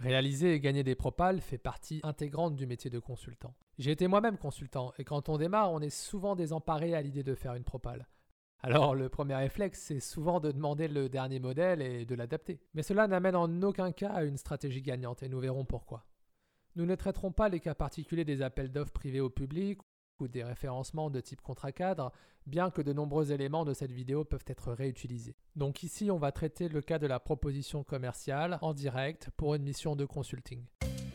Réaliser et gagner des propals fait partie intégrante du métier de consultant. J'ai été moi-même consultant et quand on démarre, on est souvent désemparé à l'idée de faire une propale. Alors le premier réflexe, c'est souvent de demander le dernier modèle et de l'adapter. Mais cela n'amène en aucun cas à une stratégie gagnante et nous verrons pourquoi. Nous ne traiterons pas les cas particuliers des appels d'offres privés au public ou des référencements de type contrat cadre, bien que de nombreux éléments de cette vidéo peuvent être réutilisés. Donc ici, on va traiter le cas de la proposition commerciale en direct pour une mission de consulting.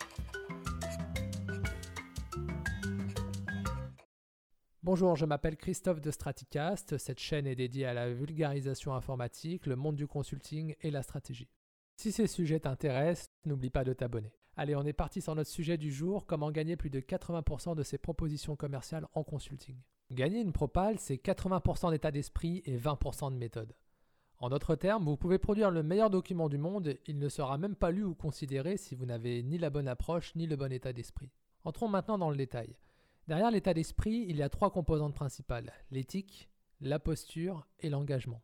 Bonjour, je m'appelle Christophe de Straticast. Cette chaîne est dédiée à la vulgarisation informatique, le monde du consulting et la stratégie. Si ces sujets t'intéressent, n'oublie pas de t'abonner. Allez, on est parti sur notre sujet du jour, comment gagner plus de 80% de ses propositions commerciales en consulting. Gagner une propale, c'est 80% d'état d'esprit et 20% de méthode. En d'autres termes, vous pouvez produire le meilleur document du monde, il ne sera même pas lu ou considéré si vous n'avez ni la bonne approche ni le bon état d'esprit. Entrons maintenant dans le détail. Derrière l'état d'esprit, il y a 3 composantes principales, l'éthique, la posture et l'engagement.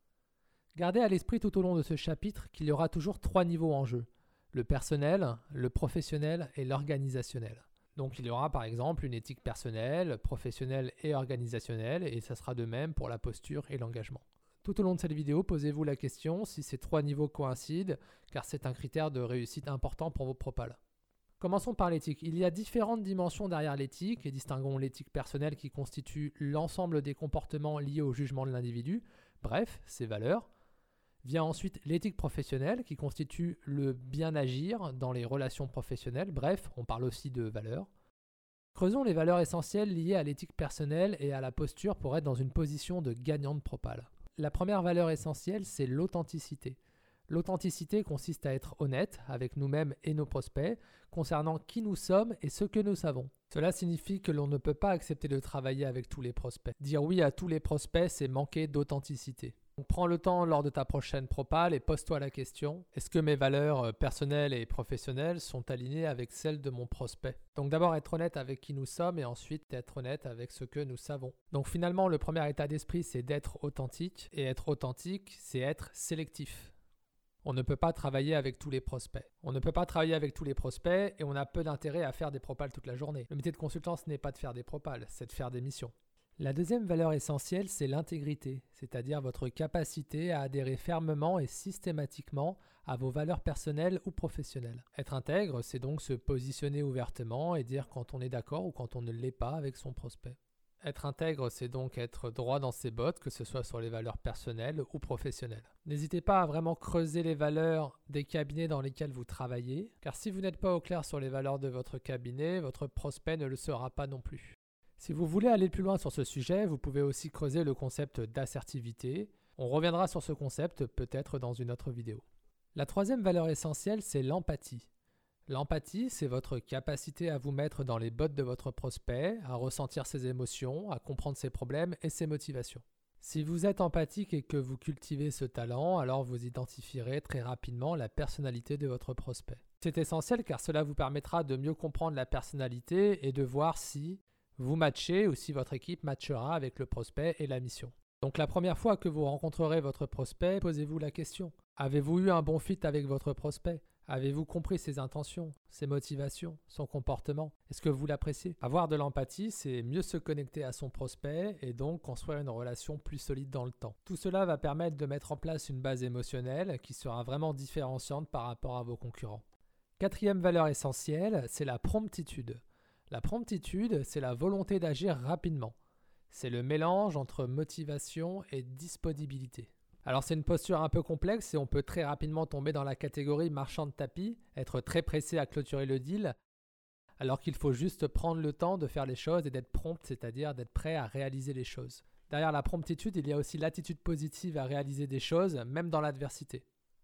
Gardez à l'esprit tout au long de ce chapitre qu'il y aura toujours 3 niveaux en jeu, le personnel, le professionnel et l'organisationnel. Donc il y aura par exemple une éthique personnelle, professionnelle et organisationnelle et ça sera de même pour la posture et l'engagement. Tout au long de cette vidéo, posez-vous la question si ces 3 niveaux coïncident, car c'est un critère de réussite important pour vos propales. Commençons par l'éthique. Il y a différentes dimensions derrière l'éthique et distinguons l'éthique personnelle qui constitue l'ensemble des comportements liés au jugement de l'individu, bref, ses valeurs. Vient ensuite l'éthique professionnelle qui constitue le bien agir dans les relations professionnelles, bref, on parle aussi de valeurs. Creusons les valeurs essentielles liées à l'éthique personnelle et à la posture pour être dans une position de gagnant de propale. La première valeur essentielle, c'est l'authenticité. L'authenticité consiste à être honnête avec nous-mêmes et nos prospects concernant qui nous sommes et ce que nous savons. Cela signifie que l'on ne peut pas accepter de travailler avec tous les prospects. Dire oui à tous les prospects, c'est manquer d'authenticité. Donc, prends le temps lors de ta prochaine propale et pose-toi la question, est-ce que mes valeurs personnelles et professionnelles sont alignées avec celles de mon prospect? Donc d'abord être honnête avec qui nous sommes et ensuite être honnête avec ce que nous savons. Donc finalement le premier état d'esprit c'est d'être authentique et être authentique c'est être sélectif. On ne peut pas travailler avec tous les prospects. On ne peut pas travailler avec tous les prospects et on a peu d'intérêt à faire des propales toute la journée. Le métier de consultant ce n'est pas de faire des propales, c'est de faire des missions. La deuxième valeur essentielle, c'est l'intégrité, c'est-à-dire votre capacité à adhérer fermement et systématiquement à vos valeurs personnelles ou professionnelles. Être intègre, c'est donc se positionner ouvertement et dire quand on est d'accord ou quand on ne l'est pas avec son prospect. Être intègre, c'est donc être droit dans ses bottes, que ce soit sur les valeurs personnelles ou professionnelles. N'hésitez pas à vraiment creuser les valeurs des cabinets dans lesquels vous travaillez, car si vous n'êtes pas au clair sur les valeurs de votre cabinet, votre prospect ne le sera pas non plus. Si vous voulez aller plus loin sur ce sujet, vous pouvez aussi creuser le concept d'assertivité. On reviendra sur ce concept peut-être dans une autre vidéo. La troisième valeur essentielle, c'est l'empathie. L'empathie, c'est votre capacité à vous mettre dans les bottes de votre prospect, à ressentir ses émotions, à comprendre ses problèmes et ses motivations. Si vous êtes empathique et que vous cultivez ce talent, alors vous identifierez très rapidement la personnalité de votre prospect. C'est essentiel car cela vous permettra de mieux comprendre la personnalité et de voir si vous matchez ou si votre équipe matchera avec le prospect et la mission. Donc la première fois que vous rencontrerez votre prospect, posez-vous la question. Avez-vous eu un bon fit avec votre prospect? Avez-vous compris ses intentions, ses motivations, son comportement? Est-ce que vous l'appréciez? Avoir de l'empathie, c'est mieux se connecter à son prospect et donc construire une relation plus solide dans le temps. Tout cela va permettre de mettre en place une base émotionnelle qui sera vraiment différenciante par rapport à vos concurrents. Quatrième valeur essentielle, c'est la promptitude. La promptitude, c'est la volonté d'agir rapidement. C'est le mélange entre motivation et disponibilité. Alors c'est une posture un peu complexe et on peut très rapidement tomber dans la catégorie marchand de tapis, être très pressé à clôturer le deal, alors qu'il faut juste prendre le temps de faire les choses et d'être prompt, c'est-à-dire d'être prêt à réaliser les choses. Derrière la promptitude, il y a aussi l'attitude positive à réaliser des choses, même dans l'adversité.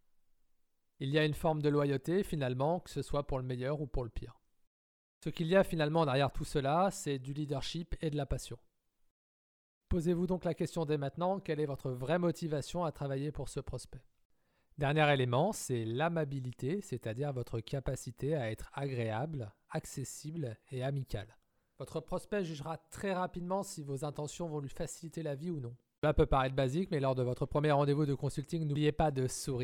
Il y a une forme de loyauté finalement, que ce soit pour le meilleur ou pour le pire. Ce qu'il y a finalement derrière tout cela, c'est du leadership et de la passion. Posez-vous donc la question dès maintenant, quelle est votre vraie motivation à travailler pour ce prospect? Dernier élément, c'est l'amabilité, c'est-à-dire votre capacité à être agréable, accessible et amical. Votre prospect jugera très rapidement si vos intentions vont lui faciliter la vie ou non. Cela peut paraître basique, mais lors de votre premier rendez-vous de consulting, n'oubliez pas de sourire,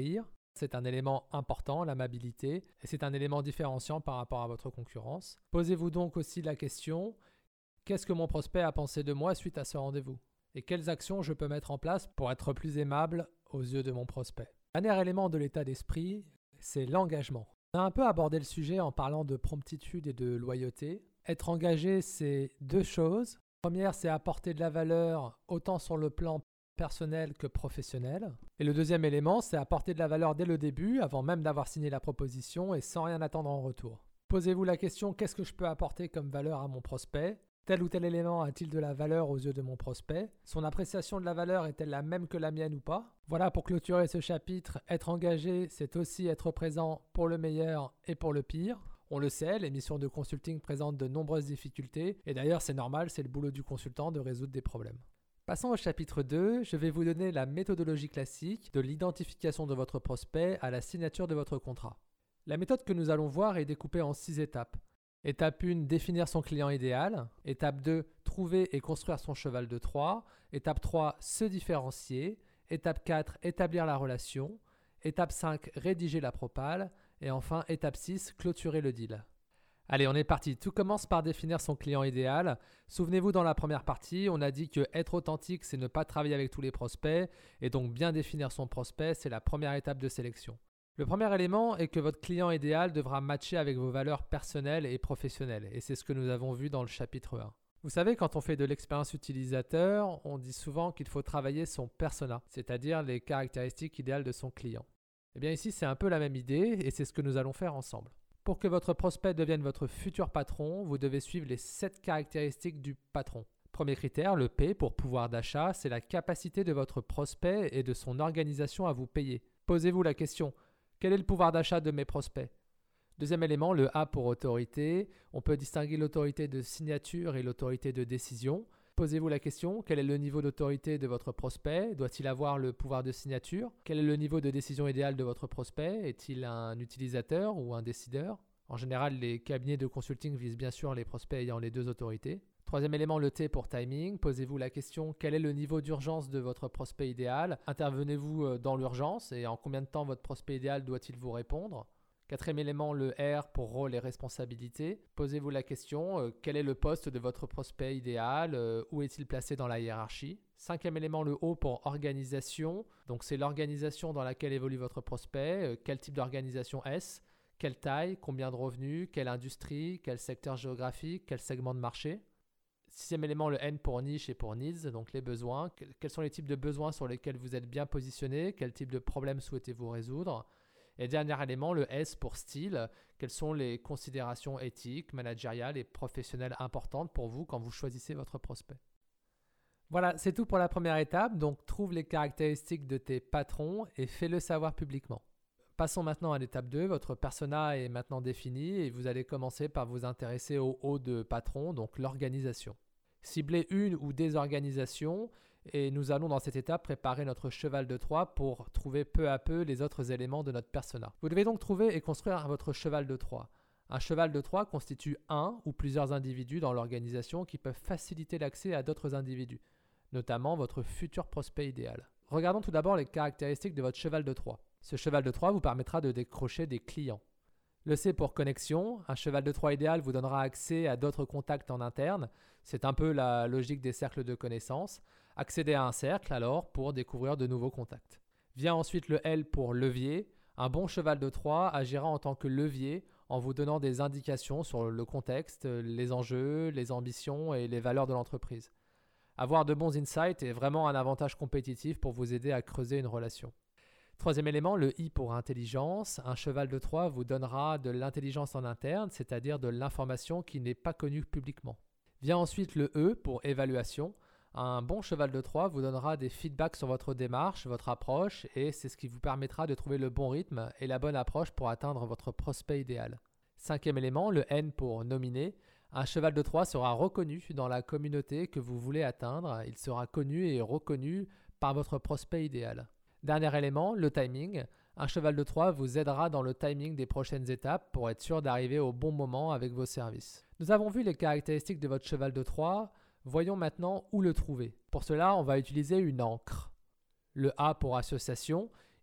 C'est un élément important, l'amabilité, et c'est un élément différenciant par rapport à votre concurrence. Posez-vous donc aussi la question, qu'est-ce que mon prospect a pensé de moi suite à ce rendez-vous? Et quelles actions je peux mettre en place pour être plus aimable aux yeux de mon prospect? Dernier élément de l'état d'esprit, c'est l'engagement. On a un peu abordé le sujet en parlant de promptitude et de loyauté. Être engagé, c'est deux choses. La première, c'est apporter de la valeur autant sur le plan personnel que professionnel. Et le deuxième élément, c'est apporter de la valeur dès le début, avant même d'avoir signé la proposition et sans rien attendre en retour. Posez-vous la question, qu'est-ce que je peux apporter comme valeur à mon prospect? Tel ou tel élément a-t-il de la valeur aux yeux de mon prospect? Son appréciation de la valeur est-elle la même que la mienne ou pas? Voilà, pour clôturer ce chapitre, être engagé, c'est aussi être présent pour le meilleur et pour le pire. On le sait, les missions de consulting présentent de nombreuses difficultés, et d'ailleurs c'est normal, c'est le boulot du consultant de résoudre des problèmes. Passons au chapitre 2, je vais vous donner la méthodologie classique de l'identification de votre prospect à la signature de votre contrat. La méthode que nous allons voir est découpée en 6 étapes. Étape 1, définir son client idéal. Étape 2, trouver et construire son cheval de Troie. Étape 3, se différencier. Étape 4, établir la relation. Étape 5, rédiger la propale. Et enfin, étape 6, clôturer le deal. Allez, on est parti. Tout commence par définir son client idéal. Souvenez-vous, dans la première partie, on a dit que être authentique, c'est ne pas travailler avec tous les prospects. Et donc, bien définir son prospect, c'est la première étape de sélection. Le premier élément est que votre client idéal devra matcher avec vos valeurs personnelles et professionnelles. Et c'est ce que nous avons vu dans le chapitre 1. Vous savez, quand on fait de l'expérience utilisateur, on dit souvent qu'il faut travailler son persona, c'est-à-dire les caractéristiques idéales de son client. Eh bien ici, c'est un peu la même idée et c'est ce que nous allons faire ensemble. Pour que votre prospect devienne votre futur patron, vous devez suivre les 7 caractéristiques du patron. Premier critère, le P pour pouvoir d'achat, c'est la capacité de votre prospect et de son organisation à vous payer. Posez-vous la question, quel est le pouvoir d'achat de mes prospects? Deuxième élément, le A pour autorité. On peut distinguer l'autorité de signature et l'autorité de décision. Posez-vous la question, quel est le niveau d'autorité de votre prospect? Doit-il avoir le pouvoir de signature? Quel est le niveau de décision idéal de votre prospect? Est-il un utilisateur ou un décideur? En général, les cabinets de consulting visent bien sûr les prospects ayant les deux autorités. Troisième élément, le T pour timing. Posez-vous la question, quel est le niveau d'urgence de votre prospect idéal? Intervenez-vous dans l'urgence et en combien de temps votre prospect idéal doit-il vous répondre? Quatrième élément, le R pour rôle et responsabilité. Posez-vous la question, quel est le poste de votre prospect idéal? Où est-il placé dans la hiérarchie? Cinquième élément, le O pour organisation. Donc c'est l'organisation dans laquelle évolue votre prospect. Quel type d'organisation est-ce? Quelle taille? Combien de revenus? Quelle industrie? Quel secteur géographique? Quel segment de marché? Sixième élément, le N pour niche et pour needs, donc les besoins. Quels sont les types de besoins sur lesquels vous êtes bien positionné? Quel type de problème souhaitez-vous résoudre? Et dernier élément, le S pour style. Quelles sont les considérations éthiques, managériales et professionnelles importantes pour vous quand vous choisissez votre prospect? Voilà, c'est tout pour la première étape. Donc, trouve les caractéristiques de tes patrons et fais-le savoir publiquement. Passons maintenant à l'étape 2. Votre persona est maintenant défini et vous allez commencer par vous intéresser au haut de patron, donc l'organisation. Ciblez une ou des organisations et nous allons dans cette étape préparer notre cheval de Troie pour trouver peu à peu les autres éléments de notre persona. Vous devez donc trouver et construire votre cheval de Troie. Un cheval de Troie constitue un ou plusieurs individus dans l'organisation qui peuvent faciliter l'accès à d'autres individus, notamment votre futur prospect idéal. Regardons tout d'abord les caractéristiques de votre cheval de Troie. Ce cheval de Troie vous permettra de décrocher des clients. Le C pour connexion, un cheval de Troie idéal vous donnera accès à d'autres contacts en interne. C'est un peu la logique des cercles de connaissances. Accédez à un cercle alors pour découvrir de nouveaux contacts. Vient ensuite le L pour levier. Un bon cheval de Troie agira en tant que levier en vous donnant des indications sur le contexte, les enjeux, les ambitions et les valeurs de l'entreprise. Avoir de bons insights est vraiment un avantage compétitif pour vous aider à creuser une relation. Troisième élément, le I pour intelligence. Un cheval de Troie vous donnera de l'intelligence en interne, c'est-à-dire de l'information qui n'est pas connue publiquement. Vient ensuite le E pour évaluation. Un bon cheval de Troie vous donnera des feedbacks sur votre démarche, votre approche, et c'est ce qui vous permettra de trouver le bon rythme et la bonne approche pour atteindre votre prospect idéal. Cinquième élément, le N pour nominer. Un cheval de Troie sera reconnu dans la communauté que vous voulez atteindre. Il sera connu et reconnu par votre prospect idéal. Dernier élément, le timing. Un cheval de Troie vous aidera dans le timing des prochaines étapes pour être sûr d'arriver au bon moment avec vos services. Nous avons vu les caractéristiques de votre cheval de Troie. Voyons maintenant où le trouver. Pour cela, on va utiliser une encre. Le A pour association.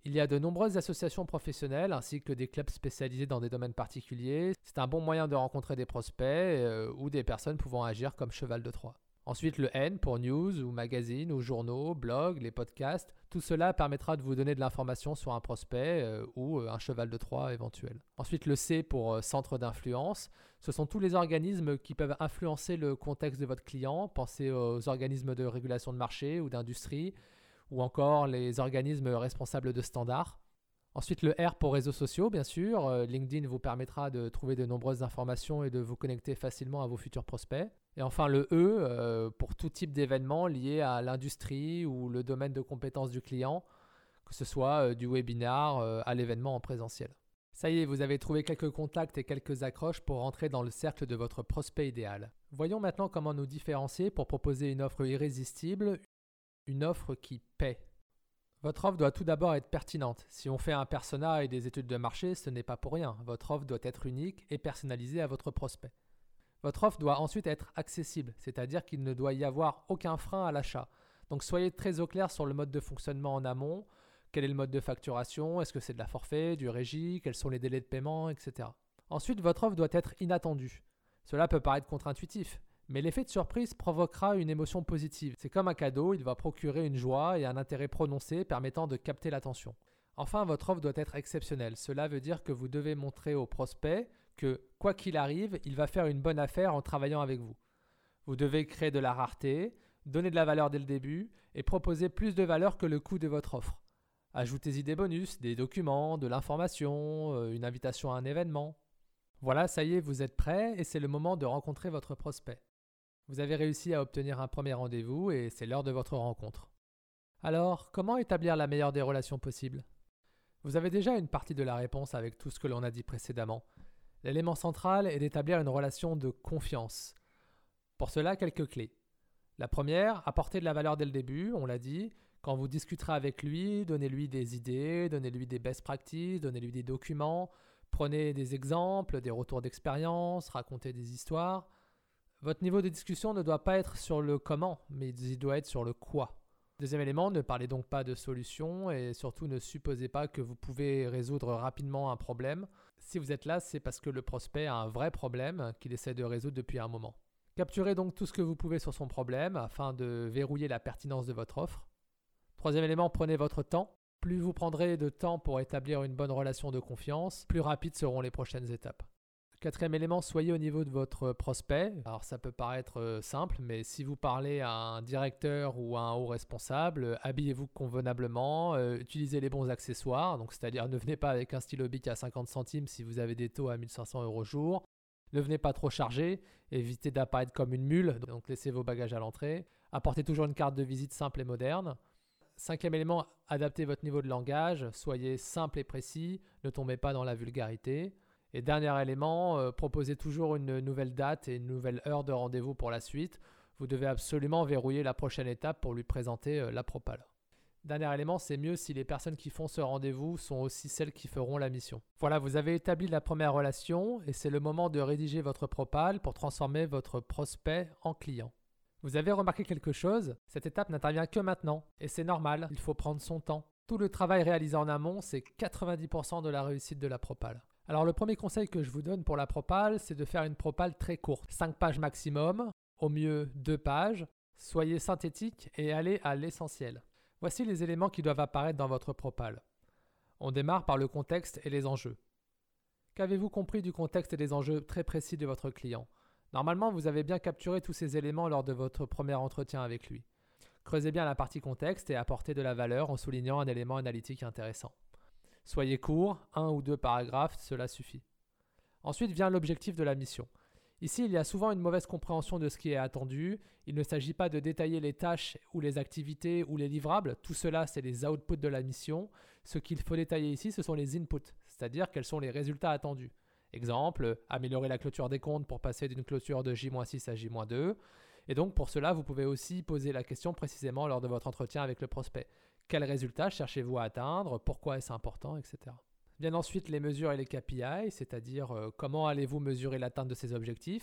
Il y a de nombreuses associations professionnelles ainsi que des clubs spécialisés dans des domaines particuliers. C'est un bon moyen de rencontrer des prospects ou des personnes pouvant agir comme cheval de Troie. Ensuite, le N pour news ou magazines ou journaux, blogs, les podcasts. Tout cela permettra de vous donner de l'information sur un prospect ou un cheval de Troie éventuel. Ensuite, le C pour centre d'influence. Ce sont tous les organismes qui peuvent influencer le contexte de votre client. Pensez aux organismes de régulation de marché ou d'industrie, ou encore les organismes responsables de standards. Ensuite, le R pour réseaux sociaux, bien sûr. LinkedIn vous permettra de trouver de nombreuses informations et de vous connecter facilement à vos futurs prospects. Et enfin, le E pour tout type d'événements liés à l'industrie ou le domaine de compétences du client, que ce soit du webinar à l'événement en présentiel. Ça y est, vous avez trouvé quelques contacts et quelques accroches pour rentrer dans le cercle de votre prospect idéal. Voyons maintenant comment nous différencier pour proposer une offre irrésistible, une offre qui paie. Votre offre doit tout d'abord être pertinente. Si on fait un persona et des études de marché, ce n'est pas pour rien. Votre offre doit être unique et personnalisée à votre prospect. Votre offre doit ensuite être accessible, c'est-à-dire qu'il ne doit y avoir aucun frein à l'achat. Donc soyez très au clair sur le mode de fonctionnement en amont. Quel est le mode de facturation? Est-ce que c'est de la forfait, du régie? Quels sont les délais de paiement, etc. Ensuite, votre offre doit être inattendue. Cela peut paraître contre-intuitif, mais l'effet de surprise provoquera une émotion positive. C'est comme un cadeau, il va procurer une joie et un intérêt prononcé permettant de capter l'attention. Enfin, votre offre doit être exceptionnelle. Cela veut dire que vous devez montrer au prospect que, quoi qu'il arrive, il va faire une bonne affaire en travaillant avec vous. Vous devez créer de la rareté, donner de la valeur dès le début et proposer plus de valeur que le coût de votre offre. Ajoutez-y des bonus, des documents, de l'information, une invitation à un événement. Voilà, ça y est, vous êtes prêt et c'est le moment de rencontrer votre prospect. Vous avez réussi à obtenir un premier rendez-vous et c'est l'heure de votre rencontre. Alors, comment établir la meilleure des relations possibles? Vous avez déjà une partie de la réponse avec tout ce que l'on a dit précédemment. L'élément central est d'établir une relation de confiance. Pour cela, quelques clés. La première, apporter de la valeur dès le début, on l'a dit. Quand vous discuterez avec lui, donnez-lui des idées, donnez-lui des best practices, donnez-lui des documents, prenez des exemples, des retours d'expérience, racontez des histoires. Votre niveau de discussion ne doit pas être sur le comment, mais il doit être sur le quoi. Deuxième élément, ne parlez donc pas de solution et surtout ne supposez pas que vous pouvez résoudre rapidement un problème. Si vous êtes là, c'est parce que le prospect a un vrai problème qu'il essaie de résoudre depuis un moment. Capturez donc tout ce que vous pouvez sur son problème afin de verrouiller la pertinence de votre offre. Troisième élément, prenez votre temps. Plus vous prendrez de temps pour établir une bonne relation de confiance, plus rapides seront les prochaines étapes. Quatrième élément, soyez au niveau de votre prospect. Alors ça peut paraître simple, mais si vous parlez à un directeur ou à un haut responsable, habillez-vous convenablement, utilisez les bons accessoires, donc c'est-à-dire ne venez pas avec un stylo bic à 50 centimes si vous avez des taux à 1500 € jour. Ne venez pas trop chargé, évitez d'apparaître comme une mule, donc laissez vos bagages à l'entrée. Apportez toujours une carte de visite simple et moderne. Cinquième élément, adaptez votre niveau de langage, soyez simple et précis, ne tombez pas dans la vulgarité. Et dernier élément, proposez toujours une nouvelle date et une nouvelle heure de rendez-vous pour la suite. Vous devez absolument verrouiller la prochaine étape pour lui présenter la propale. Dernier élément, c'est mieux si les personnes qui font ce rendez-vous sont aussi celles qui feront la mission. Voilà, vous avez établi la première relation et c'est le moment de rédiger votre propale pour transformer votre prospect en client. Vous avez remarqué quelque chose? Cette étape n'intervient que maintenant et c'est normal, il faut prendre son temps. Tout le travail réalisé en amont, c'est 90% de la réussite de la propale. Alors le premier conseil que je vous donne pour la propale, c'est de faire une propale très courte, 5 pages maximum, au mieux 2 pages. Soyez synthétique et allez à l'essentiel. Voici les éléments qui doivent apparaître dans votre propale. On démarre par le contexte et les enjeux. Qu'avez-vous compris du contexte et des enjeux très précis de votre client? Normalement, vous avez bien capturé tous ces éléments lors de votre premier entretien avec lui. Creusez bien la partie contexte et apportez de la valeur en soulignant un élément analytique intéressant. Soyez court, 1 ou 2 paragraphes, cela suffit. Ensuite vient l'objectif de la mission. Ici, il y a souvent une mauvaise compréhension de ce qui est attendu. Il ne s'agit pas de détailler les tâches ou les activités ou les livrables. Tout cela, c'est les outputs de la mission. Ce qu'il faut détailler ici, ce sont les inputs, c'est-à-dire quels sont les résultats attendus. Exemple, améliorer la clôture des comptes pour passer d'une clôture de J-6 à J-2. Et donc, pour cela, vous pouvez aussi poser la question précisément lors de votre entretien avec le prospect. Quels résultats cherchez-vous à atteindre? Pourquoi est-ce important, etc. Viennent ensuite les mesures et les KPI, c'est-à-dire comment allez-vous mesurer l'atteinte de ces objectifs.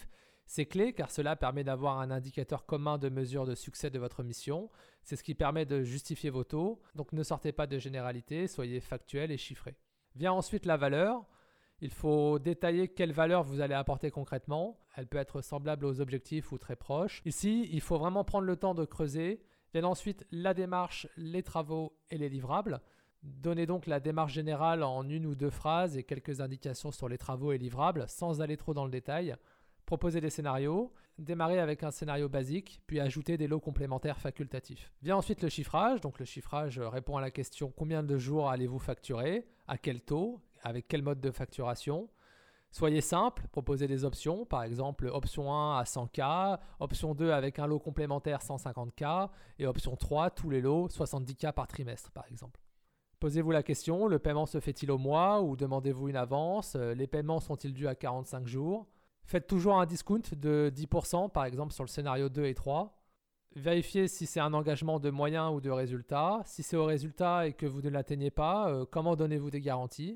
C'est clé car cela permet d'avoir un indicateur commun de mesure de succès de votre mission. C'est ce qui permet de justifier vos taux. Donc ne sortez pas de généralité, soyez factuel et chiffré. Vient ensuite la valeur. Il faut détailler quelle valeur vous allez apporter concrètement. Elle peut être semblable aux objectifs ou très proche. Ici, il faut vraiment prendre le temps de creuser. Vient ensuite la démarche, les travaux et les livrables. Donnez donc la démarche générale en 1 ou 2 phrases et quelques indications sur les travaux et livrables sans aller trop dans le détail. Proposez des scénarios, démarrez avec un scénario basique, puis ajoutez des lots complémentaires facultatifs. Vient ensuite le chiffrage. Donc le chiffrage répond à la question combien de jours allez-vous facturer, à quel taux, avec quel mode de facturation. Soyez simple, proposez des options, par exemple option 1 à 100K, option 2 avec un lot complémentaire 150K et option 3 tous les lots 70K par trimestre par exemple. Posez-vous la question, le paiement se fait-il au mois ou demandez-vous une avance? Les paiements sont-ils dus à 45 jours? Faites toujours un discount de 10% par exemple sur le scénario 2 et 3. Vérifiez si c'est un engagement de moyens ou de résultats. Si c'est au résultat et que vous ne l'atteignez pas, comment donnez-vous des garanties?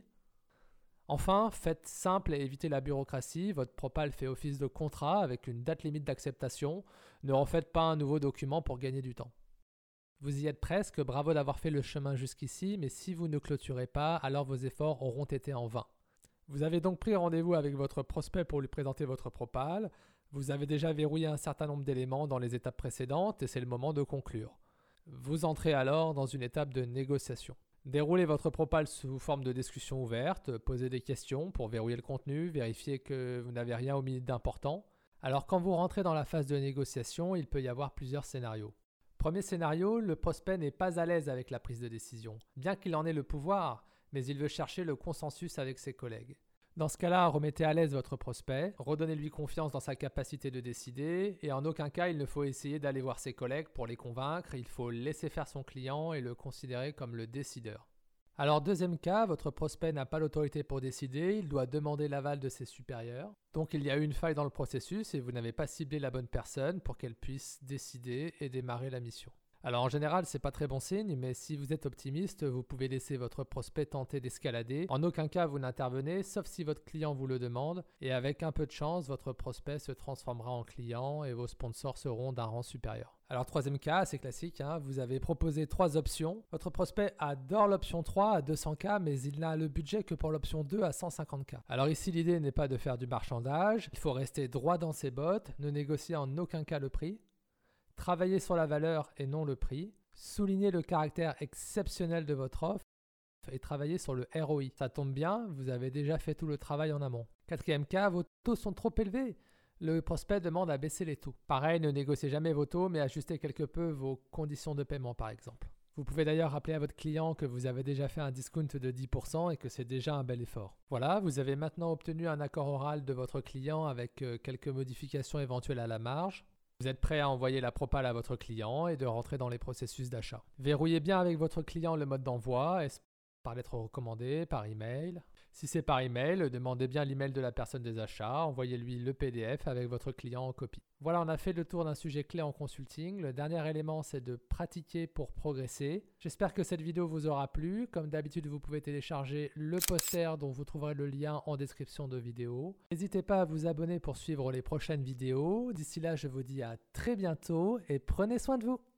Enfin, faites simple et évitez la bureaucratie. Votre propal fait office de contrat avec une date limite d'acceptation. Ne refaites pas un nouveau document pour gagner du temps. Vous y êtes presque, bravo d'avoir fait le chemin jusqu'ici, mais si vous ne clôturez pas, alors vos efforts auront été en vain. Vous avez donc pris rendez-vous avec votre prospect pour lui présenter votre propal. Vous avez déjà verrouillé un certain nombre d'éléments dans les étapes précédentes et c'est le moment de conclure. Vous entrez alors dans une étape de négociation. Déroulez votre propal sous forme de discussion ouverte, posez des questions pour verrouiller le contenu, vérifiez que vous n'avez rien omis d'important. Alors quand vous rentrez dans la phase de négociation, il peut y avoir plusieurs scénarios. Premier scénario, le prospect n'est pas à l'aise avec la prise de décision, bien qu'il en ait le pouvoir, mais il veut chercher le consensus avec ses collègues. Dans ce cas-là, remettez à l'aise votre prospect, redonnez-lui confiance dans sa capacité de décider et en aucun cas il ne faut essayer d'aller voir ses collègues pour les convaincre, il faut laisser faire son client et le considérer comme le décideur. Alors deuxième cas, votre prospect n'a pas l'autorité pour décider, il doit demander l'aval de ses supérieurs. Donc il y a eu une faille dans le processus et vous n'avez pas ciblé la bonne personne pour qu'elle puisse décider et démarrer la mission. Alors en général, c'est pas très bon signe, mais si vous êtes optimiste, vous pouvez laisser votre prospect tenter d'escalader. En aucun cas, vous n'intervenez, sauf si votre client vous le demande. Et avec un peu de chance, votre prospect se transformera en client et vos sponsors seront d'un rang supérieur. Alors troisième cas, c'est classique, vous avez proposé 3 options. Votre prospect adore l'option 3 à 200K, mais il n'a le budget que pour l'option 2 à 150K. Alors ici, l'idée n'est pas de faire du marchandage. Il faut rester droit dans ses bottes, ne négocier en aucun cas le prix. Travaillez sur la valeur et non le prix. Soulignez le caractère exceptionnel de votre offre et travaillez sur le ROI. Ça tombe bien, vous avez déjà fait tout le travail en amont. Quatrième cas, vos taux sont trop élevés. Le prospect demande à baisser les taux. Pareil, ne négociez jamais vos taux, mais ajustez quelque peu vos conditions de paiement par exemple. Vous pouvez d'ailleurs rappeler à votre client que vous avez déjà fait un discount de 10% et que c'est déjà un bel effort. Voilà, vous avez maintenant obtenu un accord oral de votre client avec quelques modifications éventuelles à la marge. Vous êtes prêt à envoyer la propale à votre client et de rentrer dans les processus d'achat. Verrouillez bien avec votre client le mode d'envoi, est-ce par lettre recommandée, par email. Si c'est par email, demandez bien l'email de la personne des achats, envoyez-lui le PDF avec votre client en copie. Voilà, on a fait le tour d'un sujet clé en consulting. Le dernier élément, c'est de pratiquer pour progresser. J'espère que cette vidéo vous aura plu. Comme d'habitude, vous pouvez télécharger le poster dont vous trouverez le lien en description de vidéo. N'hésitez pas à vous abonner pour suivre les prochaines vidéos. D'ici là, je vous dis à très bientôt et prenez soin de vous.